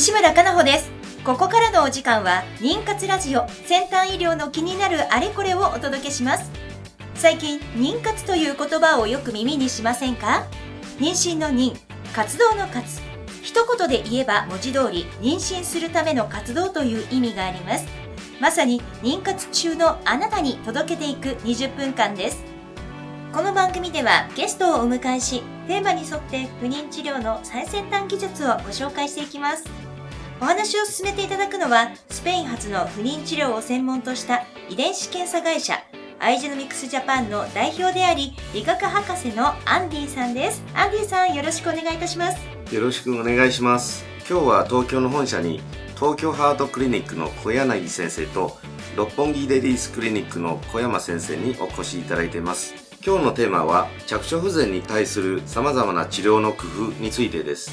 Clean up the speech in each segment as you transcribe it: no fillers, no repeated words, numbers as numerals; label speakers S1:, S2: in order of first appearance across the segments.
S1: 西村かなほです。ここからのお時間は妊活ラジオ、先端医療の気になるあれこれをお届けします。最近妊活という言葉をよく耳にしませんか？妊娠の妊、活動の活、一言で言えば文字通り妊娠するための活動という意味があります。まさに妊活中のあなたに届けていく20分間です。この番組ではゲストをお迎えし、テーマに沿って不妊治療の最先端技術をご紹介していきます。お話を進めていただくのは、スペイン発の不妊治療を専門とした遺伝子検査会社アイジェノミクスジャパンの代表であり、理学博士のアンディさんです。アンディさん、よろしくお願いいたします。
S2: よろしくお願いします。今日は東京の本社に東京ハートクリニックの小柳先生と六本木レディースクリニックの小山先生にお越しいただいています。今日のテーマは着床不全に対する様々な治療の工夫についてです。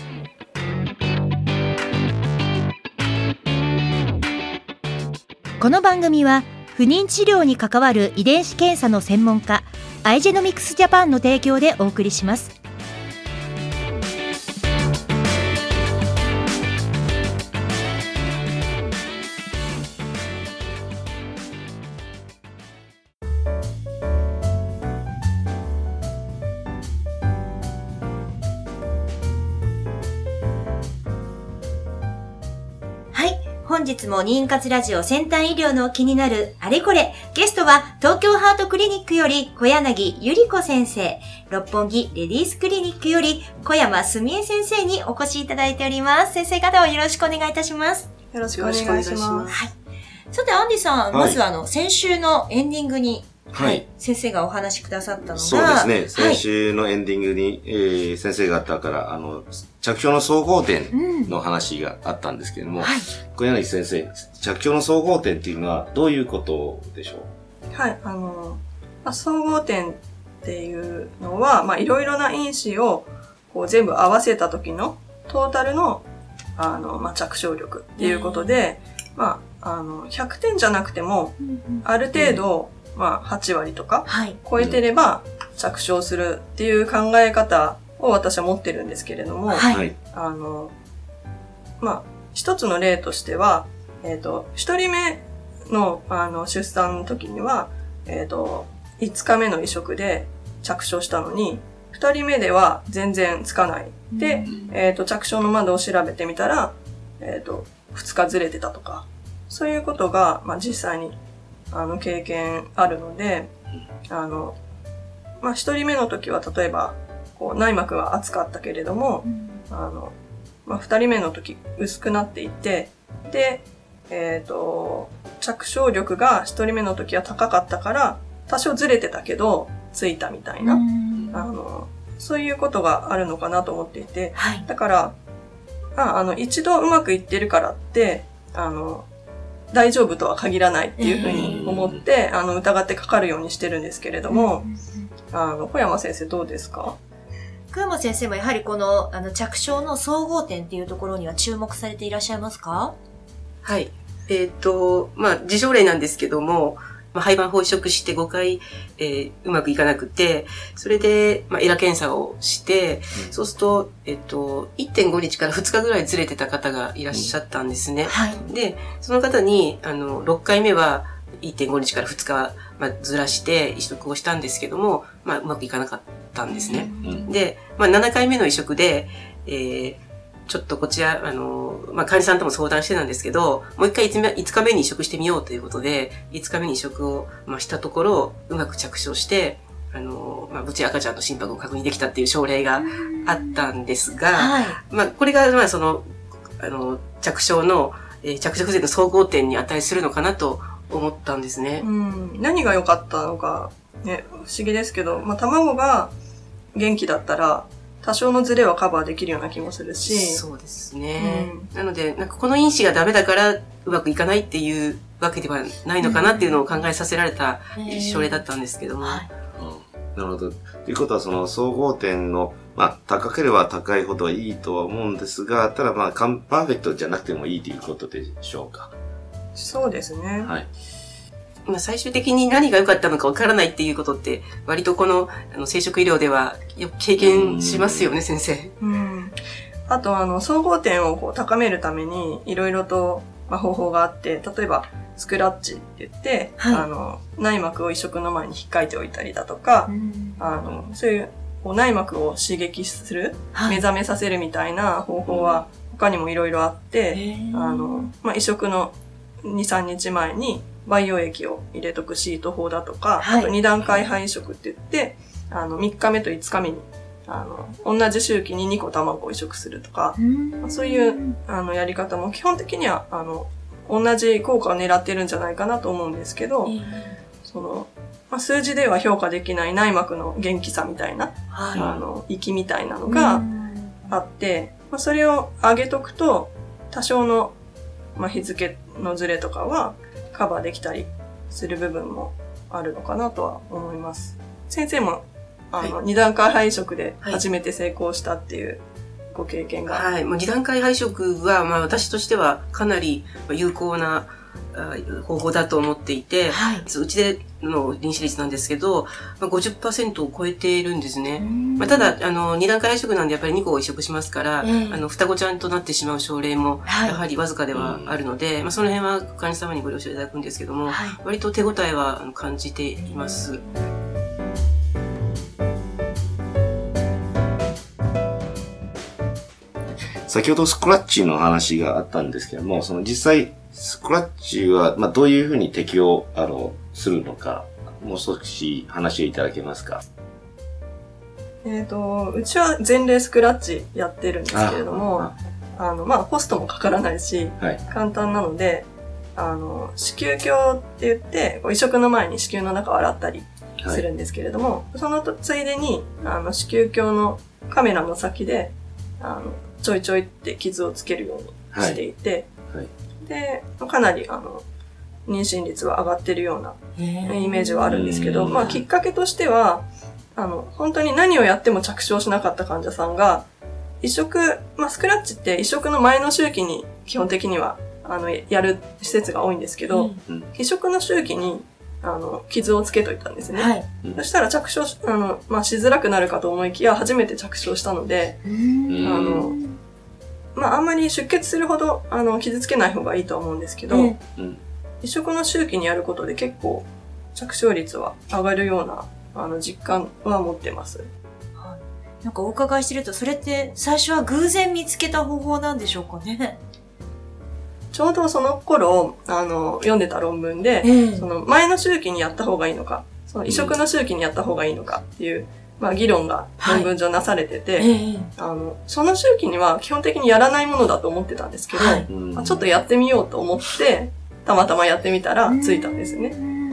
S1: この番組は不妊治療に関わる遺伝子検査の専門家アイジェノミクスジャパンの提供でお送りします。本日も妊活ラジオ先端医療の気になるあれこれ。ゲストは東京ハートクリニックより小柳ゆり子先生、六本木レディースクリニックより小山すみえ先生にお越しいただいております。先生方をよろしくお願いいたします。
S3: よろしくお願いします。はい。
S1: さてアンディさん、まずは先週のエンディングに先生がお話しくださったのが、
S2: そうですね。先週のエンディングに、先生方から着床の総合点の話があったんですけれども、小柳先生、着床の総合点っていうのはどういうことでしょう？
S3: はい、総合点っていうのは、いろいろな因子をこう全部合わせた時のトータルの着床力っていうことで、100点じゃなくても、ある程度、8割とか超えてれば着床するっていう考え方を私は持ってるんですけれども、一つの例としては、一人目の出産の時には、5日目の移植で着床したのに、二人目では全然つかない。で、着床の窓を調べてみたら、2日ずれてたとか、そういうことが、実際に経験あるので、一人目の時は例えば、内膜が厚かったけれども、二人目の時薄くなっていて、で、着床力が一人目の時は高かったから、多少ずれてたけど、ついたみたいな、そういうことがあるのかなと思っていて、だから、一度うまくいってるからって、大丈夫とは限らないっていうふうに思って、疑ってかかるようにしてるんですけれども、小山先生どうですか？
S1: 小山先生もやはりこの、着床の総合点っていうところには注目されていらっしゃいますか？
S4: はい。自症例なんですけども、胚盤法移植して5回、うまくいかなくて、それで、エラ検査をして、そうすると、1.5 日から2日ぐらいずれてた方がいらっしゃったんですね。で、その方に、6回目は 1.5 日から2日、ずらして移植をしたんですけども、うまくいかなかったんですね。で、7回目の移植で、ちょっとこちら、患者さんとも相談してたんですけど、もう一回5日目に移植してみようということで、5日目に移植をしたところ、うまく着床して、無事赤ちゃんの心拍を確認できたっていう症例があったんですが、これが、着床の、着床不全の総合点に値するのかなと思ったんですね。
S3: 何が良かったのか、ね、不思議ですけど、卵が元気だったら、多少のズレはカバーできるような気もするし。
S4: そうですね。なので、この因子がダメだからうまくいかないっていうわけではないのかなっていうのを考えさせられた症例だったんですけども。
S2: なるほど。ということは、その総合点の、高ければ高いほどいいとは思うんですが、ただパーフェクトじゃなくてもいいということでしょうか。
S3: そうですね。
S2: はい。
S4: 最終的に何が良かったのか分からないっていうことって、割とこの生殖医療ではよく経験しますよね、先生。
S3: あと総合点をこう高めるためにいろいろと、方法があって、例えばスクラッチって言って、内膜を移植の前に引っかいておいたりだとか、そういう内膜を刺激する、目覚めさせるみたいな方法は他にもいろいろあって、移植の2、3日前に培養液を入れとくシート法だとか、あと2段階肺移植って言って、3日目と5日目に、同じ周期に2個卵を移植するとか、そういう、やり方も基本的には、同じ効果を狙ってるんじゃないかなと思うんですけど、数字では評価できない内膜の元気さみたいな、息みたいなのがあって、それを上げとくと、多少の、日付のズレとかはカバーできたりする部分もあるのかなとは思います。先生も、2段階肺移植で初めて成功したっていうご経験が。
S4: はい。もう2段階肺移植は、私としてはかなり有効な方法だと思っていて、うちでの臨死率なんですけど、50% を超えているんですね。ただ、2段階肺移植なんでやっぱり2個を移植しますから、双子ちゃんとなってしまう症例も、やはりわずかではあるので、その辺は患者様にご了承いただくんですけども、割と手応えは感じています。
S2: 先ほどスクラッチの話があったんですけども、その実際、スクラッチは、どういうふうに適用、するのか、もう少し話をいただけますか？
S3: うちは前例スクラッチやってるんですけれども、コストもかからないし、簡単なので、子宮鏡って言って、移植の前に子宮の中を洗ったりするんですけれども、そのついでに、子宮鏡のカメラの先で、ちょいちょいって傷をつけるようにしていて、で、かなり、妊娠率は上がってるようなイメージはあるんですけど、きっかけとしては、本当に何をやっても着床しなかった患者さんが、移植、スクラッチって移植の前の周期に基本的には、やる施設が多いんですけど、移植の周期に、傷をつけといたんですね。そしたら着床しづらくなるかと思いきや、初めて着床したので、あんまり出血するほど、傷つけない方がいいとは思うんですけど、移植の周期にやることで結構、着床率は上がるような、実感は持ってます。
S1: なんかお伺いしてると、それって最初は偶然見つけた方法なんでしょうかね？
S3: ちょうどその頃、読んでた論文で、その前の周期にやった方がいいのか、その移植の周期にやった方がいいのかっていう、議論が論文上なされてて、その周期には基本的にやらないものだと思ってたんですけど、ちょっとやってみようと思って、たまたまやってみたらついたんですね。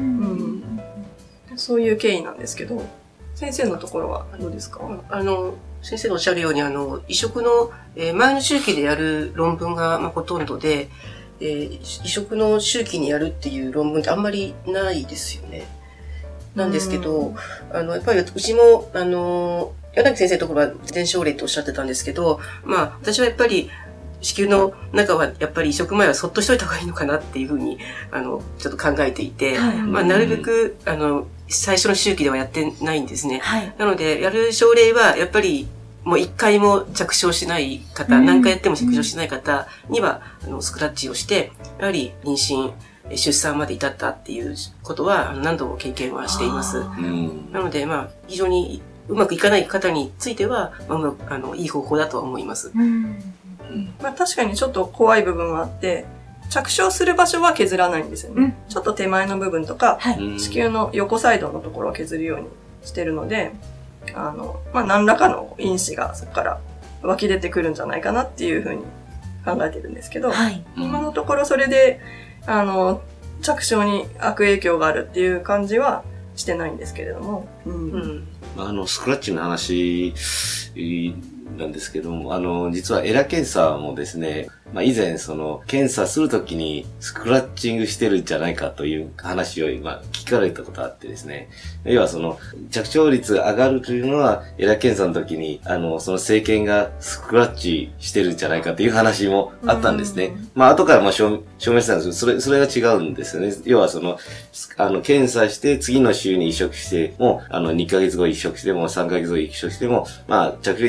S3: そういう経緯なんですけど、先生のところはどうですか？
S4: 先生のおっしゃるように、移植の、前の周期でやる論文が、ほとんどで、移植の周期にやるっていう論文ってあんまりないですよね。なんですけど、やっぱりうちも、柳先生のところは前症例とおっしゃってたんですけど、私はやっぱり、子宮の中はやっぱり移植前はそっとしといた方がいいのかなっていうふうに、ちょっと考えていて、なるべく、最初の周期ではやってないんですね。なので、やる症例は、やっぱり、もう一回も着床しない方、何回やっても着床しない方には、スクラッチをして、やはり妊娠、出産まで至ったっていうことは、何度も経験はしています。なので、非常にうまくいかない方については、いい方法だとは思います。
S3: 確かにちょっと怖い部分はあって、着床する場所は削らないんですよね。ちょっと手前の部分とか、子宮の横サイドのところを削るようにしてるので、何らかの因子がそこから湧き出てくるんじゃないかなっていうふうに考えてるんですけど、今のところそれで、着床に悪影響があるっていう感じはしてないんですけれども。
S2: スクラッチの話なんですけども、実はエラ検査もですね、以前検査するときにスクラッチングしてるんじゃないかという話を聞かれたことあってですね。要は着床率が上がるというのは、エラ検査の時に、その生検がスクラッチしてるんじゃないかという話もあったんですね。後から証明したんですけど、それが違うんですよね。要は検査して次の週に移植しても、2ヶ月後移植しても、3ヶ月後移植しても、着床率は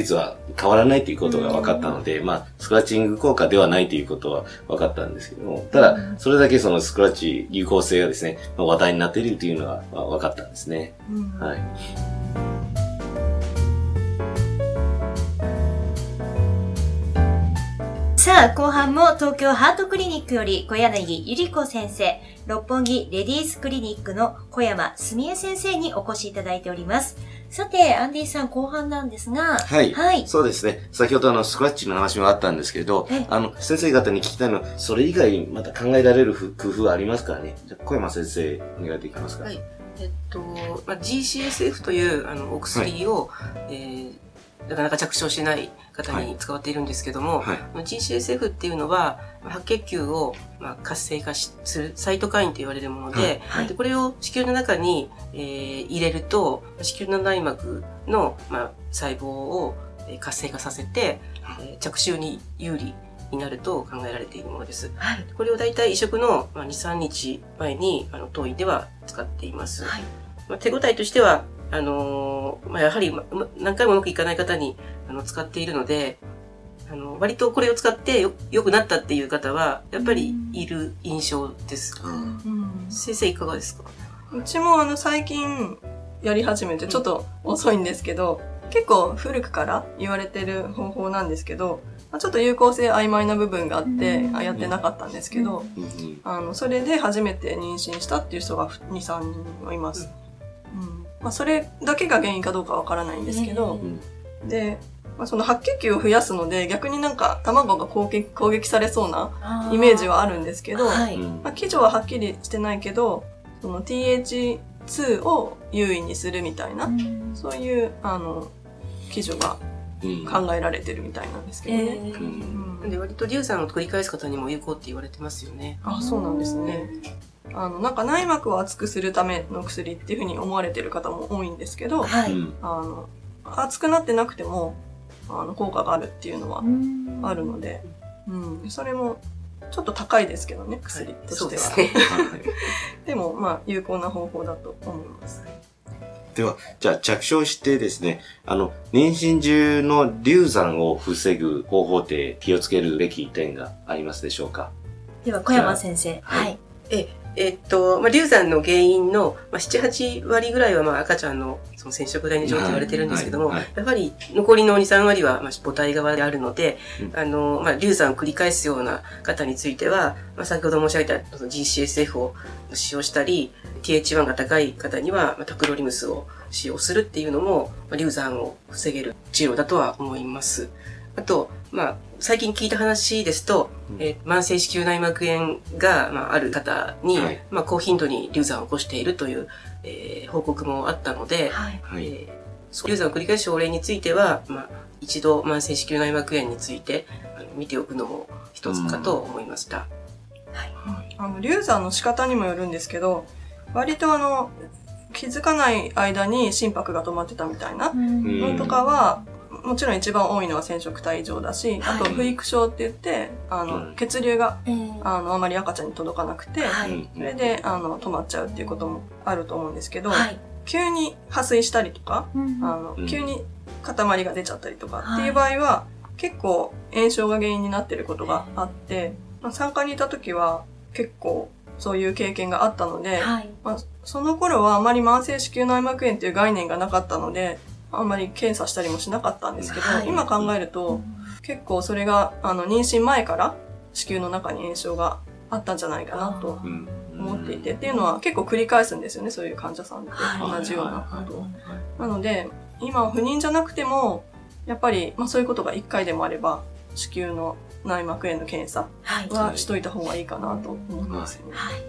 S2: 変わらないということが分かったので、スクラッチング効果ではないということは分かったんですけども、ただ、それだけそのスクラッチ有効性がですね、話題になっているというのは分かったんですね。はい。
S1: さあ、後半も東京ハートクリニックより小柳ゆり子先生、六本木レディースクリニックの小山澄江先生にお越しいただいております。さて、アンディさん後半なんですが、
S2: はい。はい。そうですね。先ほどスクラッチの話もあったんですけど、先生方に聞きたいのは、それ以外また考えられる工夫はありますからね。じゃあ小山先生、お願いできますか。はい。
S4: GCSF というお薬を、なかなか着床しない方に使われているんですけども、GCSF っていうのは白血球を活性化するサイトカインと言われるもので、でこれを子宮の中に、入れると子宮の内膜の、細胞を活性化させて、着床に有利になると考えられているものです。これをだいたい移植の2、3日前に当院では使っています。手応えとしてはやはり何回もうまくいかない方に使っているので、割とこれを使って良くなったっていう方はやっぱりいる印象です。先生いかがですか？
S3: うちも最近やり始めてちょっと遅いんですけど、結構古くから言われてる方法なんですけど、ちょっと有効性曖昧な部分があってやってなかったんですけど、それで初めて妊娠したっていう人が 2,3 人います。それだけが原因かどうかわからないんですけど、で、その白血球を増やすので逆になんか卵が攻撃されそうなイメージはあるんですけど、基準ははっきりしてないけど、その TH2 を優位にするみたいな、そういう基準が考えられてるみたいなんですけどね。
S4: で割と流産を繰り返す方にも有効って言われてますよね。
S3: そうなんですね。なんか内膜を厚くするための薬っていうふうに思われてる方も多いんですけど、厚くなってなくても効果があるっていうのはあるので、それもちょっと高いですけどね、薬としては。そうですね。でも有効な方法だと思います。
S2: では、じゃあ着床してですね、妊娠中の流産を防ぐ方法で気をつけるべき点がありますでしょうか？
S1: では小山先生。
S4: 流産の原因の、7、8割ぐらいは、赤ちゃんの、その染色体の異常と言われてるんですけども、やはり残りの2、3割は、母体側であるので、流産を繰り返すような方については、先ほど申し上げた、GCSF を使用したり、TH1 が高い方には、タクロリムスを使用するっていうのも、流産を防げる治療だとは思います。あと、最近聞いた話ですと、慢性子宮内膜炎が、ある方に、高頻度に流産を起こしているという、報告もあったので、流産を繰り返す症例については、一度慢性子宮内膜炎について見ておくのも一つかと思いました。
S3: 流産の仕方にもよるんですけど、割と気づかない間に心拍が止まってたみたいなのとかは、もちろん一番多いのは染色体異常だし、あと不育症って言って、血流が、あまり赤ちゃんに届かなくて、それで、止まっちゃうっていうこともあると思うんですけど、急に破水したりとか、急に塊が出ちゃったりとかっていう場合は、結構炎症が原因になってることがあって、産科にいた時は結構そういう経験があったので、その頃はあまり慢性子宮内膜炎っていう概念がなかったので、あんまり検査したりもしなかったんですけど、今考えると、結構それが妊娠前から子宮の中に炎症があったんじゃないかなと思っていて、っていうのは結構繰り返すんですよね、そういう患者さんって同じようなことを。なので、今は不妊じゃなくても、やっぱり、そういうことが1回でもあれば、子宮の内膜炎の検査はしといた方がいいかなと思いますね。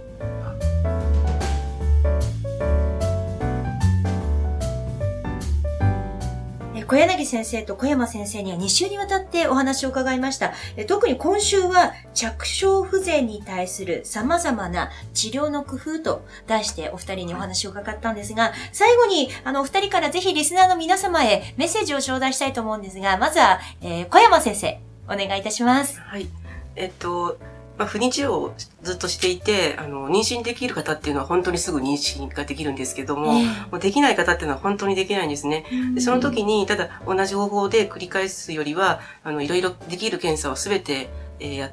S1: 小柳先生と小山先生には2週にわたってお話を伺いました。特に今週は着床不全に対する様々な治療の工夫と題してお二人にお話を伺ったんですが、最後にお二人からぜひリスナーの皆様へメッセージを頂戴したいと思うんですが、まずは、小山先生お願いいたします。
S4: 不妊治療をずっとしていて、妊娠できる方っていうのは本当にすぐ妊娠ができるんですけども、もうできない方っていうのは本当にできないんですね。でその時に、ただ同じ方法で繰り返すよりは、いろいろできる検査をすべてやって、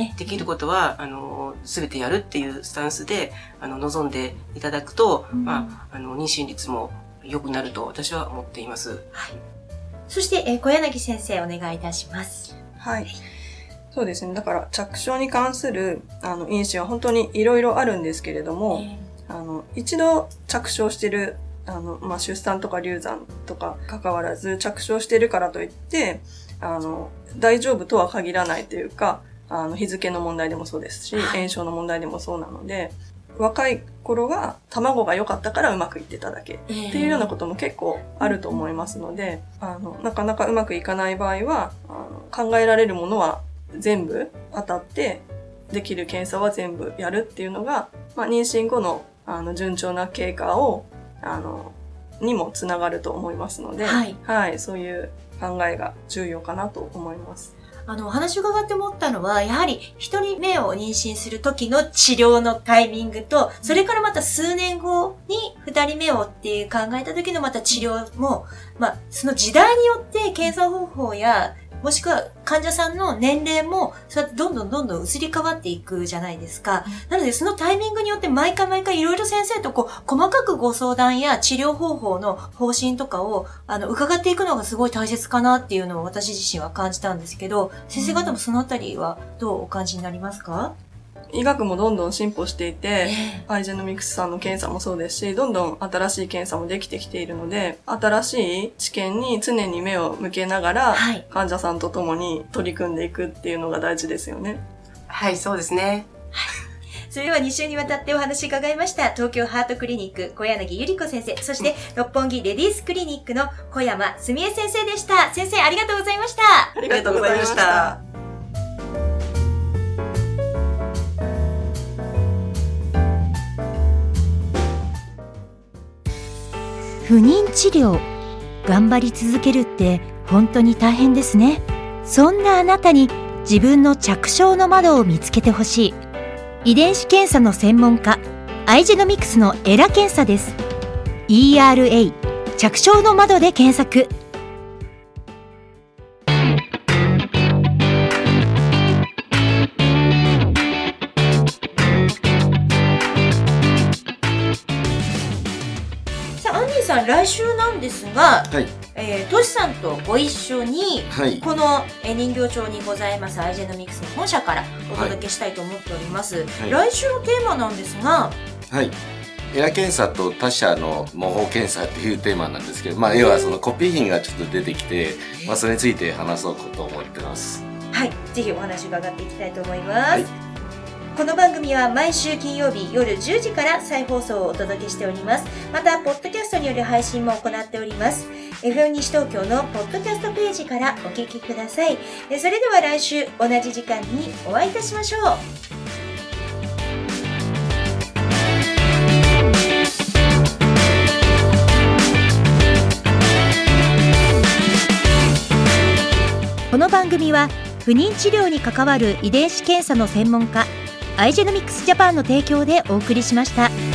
S4: できることは、すべてやるっていうスタンスで、望んでいただくと、妊娠率も良くなると私は思っています。
S1: はい。そして、小柳先生、お願いいたします。
S3: はい。そうですね。だから、着床に関する、因子は本当にいろいろあるんですけれども、一度着床してる、出産とか流産とか関わらず、着床してるからといって、大丈夫とは限らないというか、日付の問題でもそうですし、炎症の問題でもそうなので、若い頃は卵が良かったからうまくいってただけっていうようなことも結構あると思いますので、なかなかうまくいかない場合は、考えられるものは全部当たって、できる検査は全部やるっていうのが、妊娠後の、順調な経過を、にもつながると思いますので、はい、そういう考えが重要かなと思います。
S1: お話伺って思ったのは、やはり一人目を妊娠する時の治療のタイミングと、それからまた数年後に二人目をっていう考えた時のまた治療も、その時代によって検査方法や、もしくは患者さんの年齢も、そうやってどんどん移り変わっていくじゃないですか。なので、そのタイミングによって毎回いろいろ先生と細かくご相談や治療方法の方針とかを、伺っていくのがすごい大切かなっていうのを私自身は感じたんですけど、先生方もそのあたりはどうお感じになりますか？
S3: 医学もどんどん進歩していて、アイジェノミクスさんの検査もそうですし、どんどん新しい検査もできてきているので、新しい知見に常に目を向けながら、患者さんと共に取り組んでいくっていうのが大事ですよね。
S4: はい、そうですね。
S1: それでは2週にわたってお話伺いました東京ハートクリニック小柳ゆり子先生、そして六本木レディースクリニックの小山すみえ先生でした。先生ありがとうございました。
S3: ありがとうございました。
S5: 不妊治療、頑張り続けるって本当に大変ですね。そんなあなたに自分の着床の窓を見つけてほしい。遺伝子検査の専門家、アイジェノミクスのエラ検査です。ERA 着床の窓で検索。
S1: 来週なんですが、トシさんとご一緒に、この人形町にございますアイジェノミクスの本社からお届けしたいと思っております。来週のテーマなんですが、
S2: エラ検査と他社の模倣検査というテーマなんですけど、要はそのコピー品がちょっと出てきて、それについて話そうと思ってます。
S1: はい、ぜひお話伺っていきたいと思います。この番組は毎週金曜日夜10時から再放送をお届けしております。また、ポッドキャストによる配信も行っております。FM 西東京のポッドキャストページからお聞きください。それでは来週同じ時間にお会いいたしましょう。
S5: この番組は不妊治療に関わる遺伝子検査の専門家アイジェノミクスジャパンの提供でお送りしました。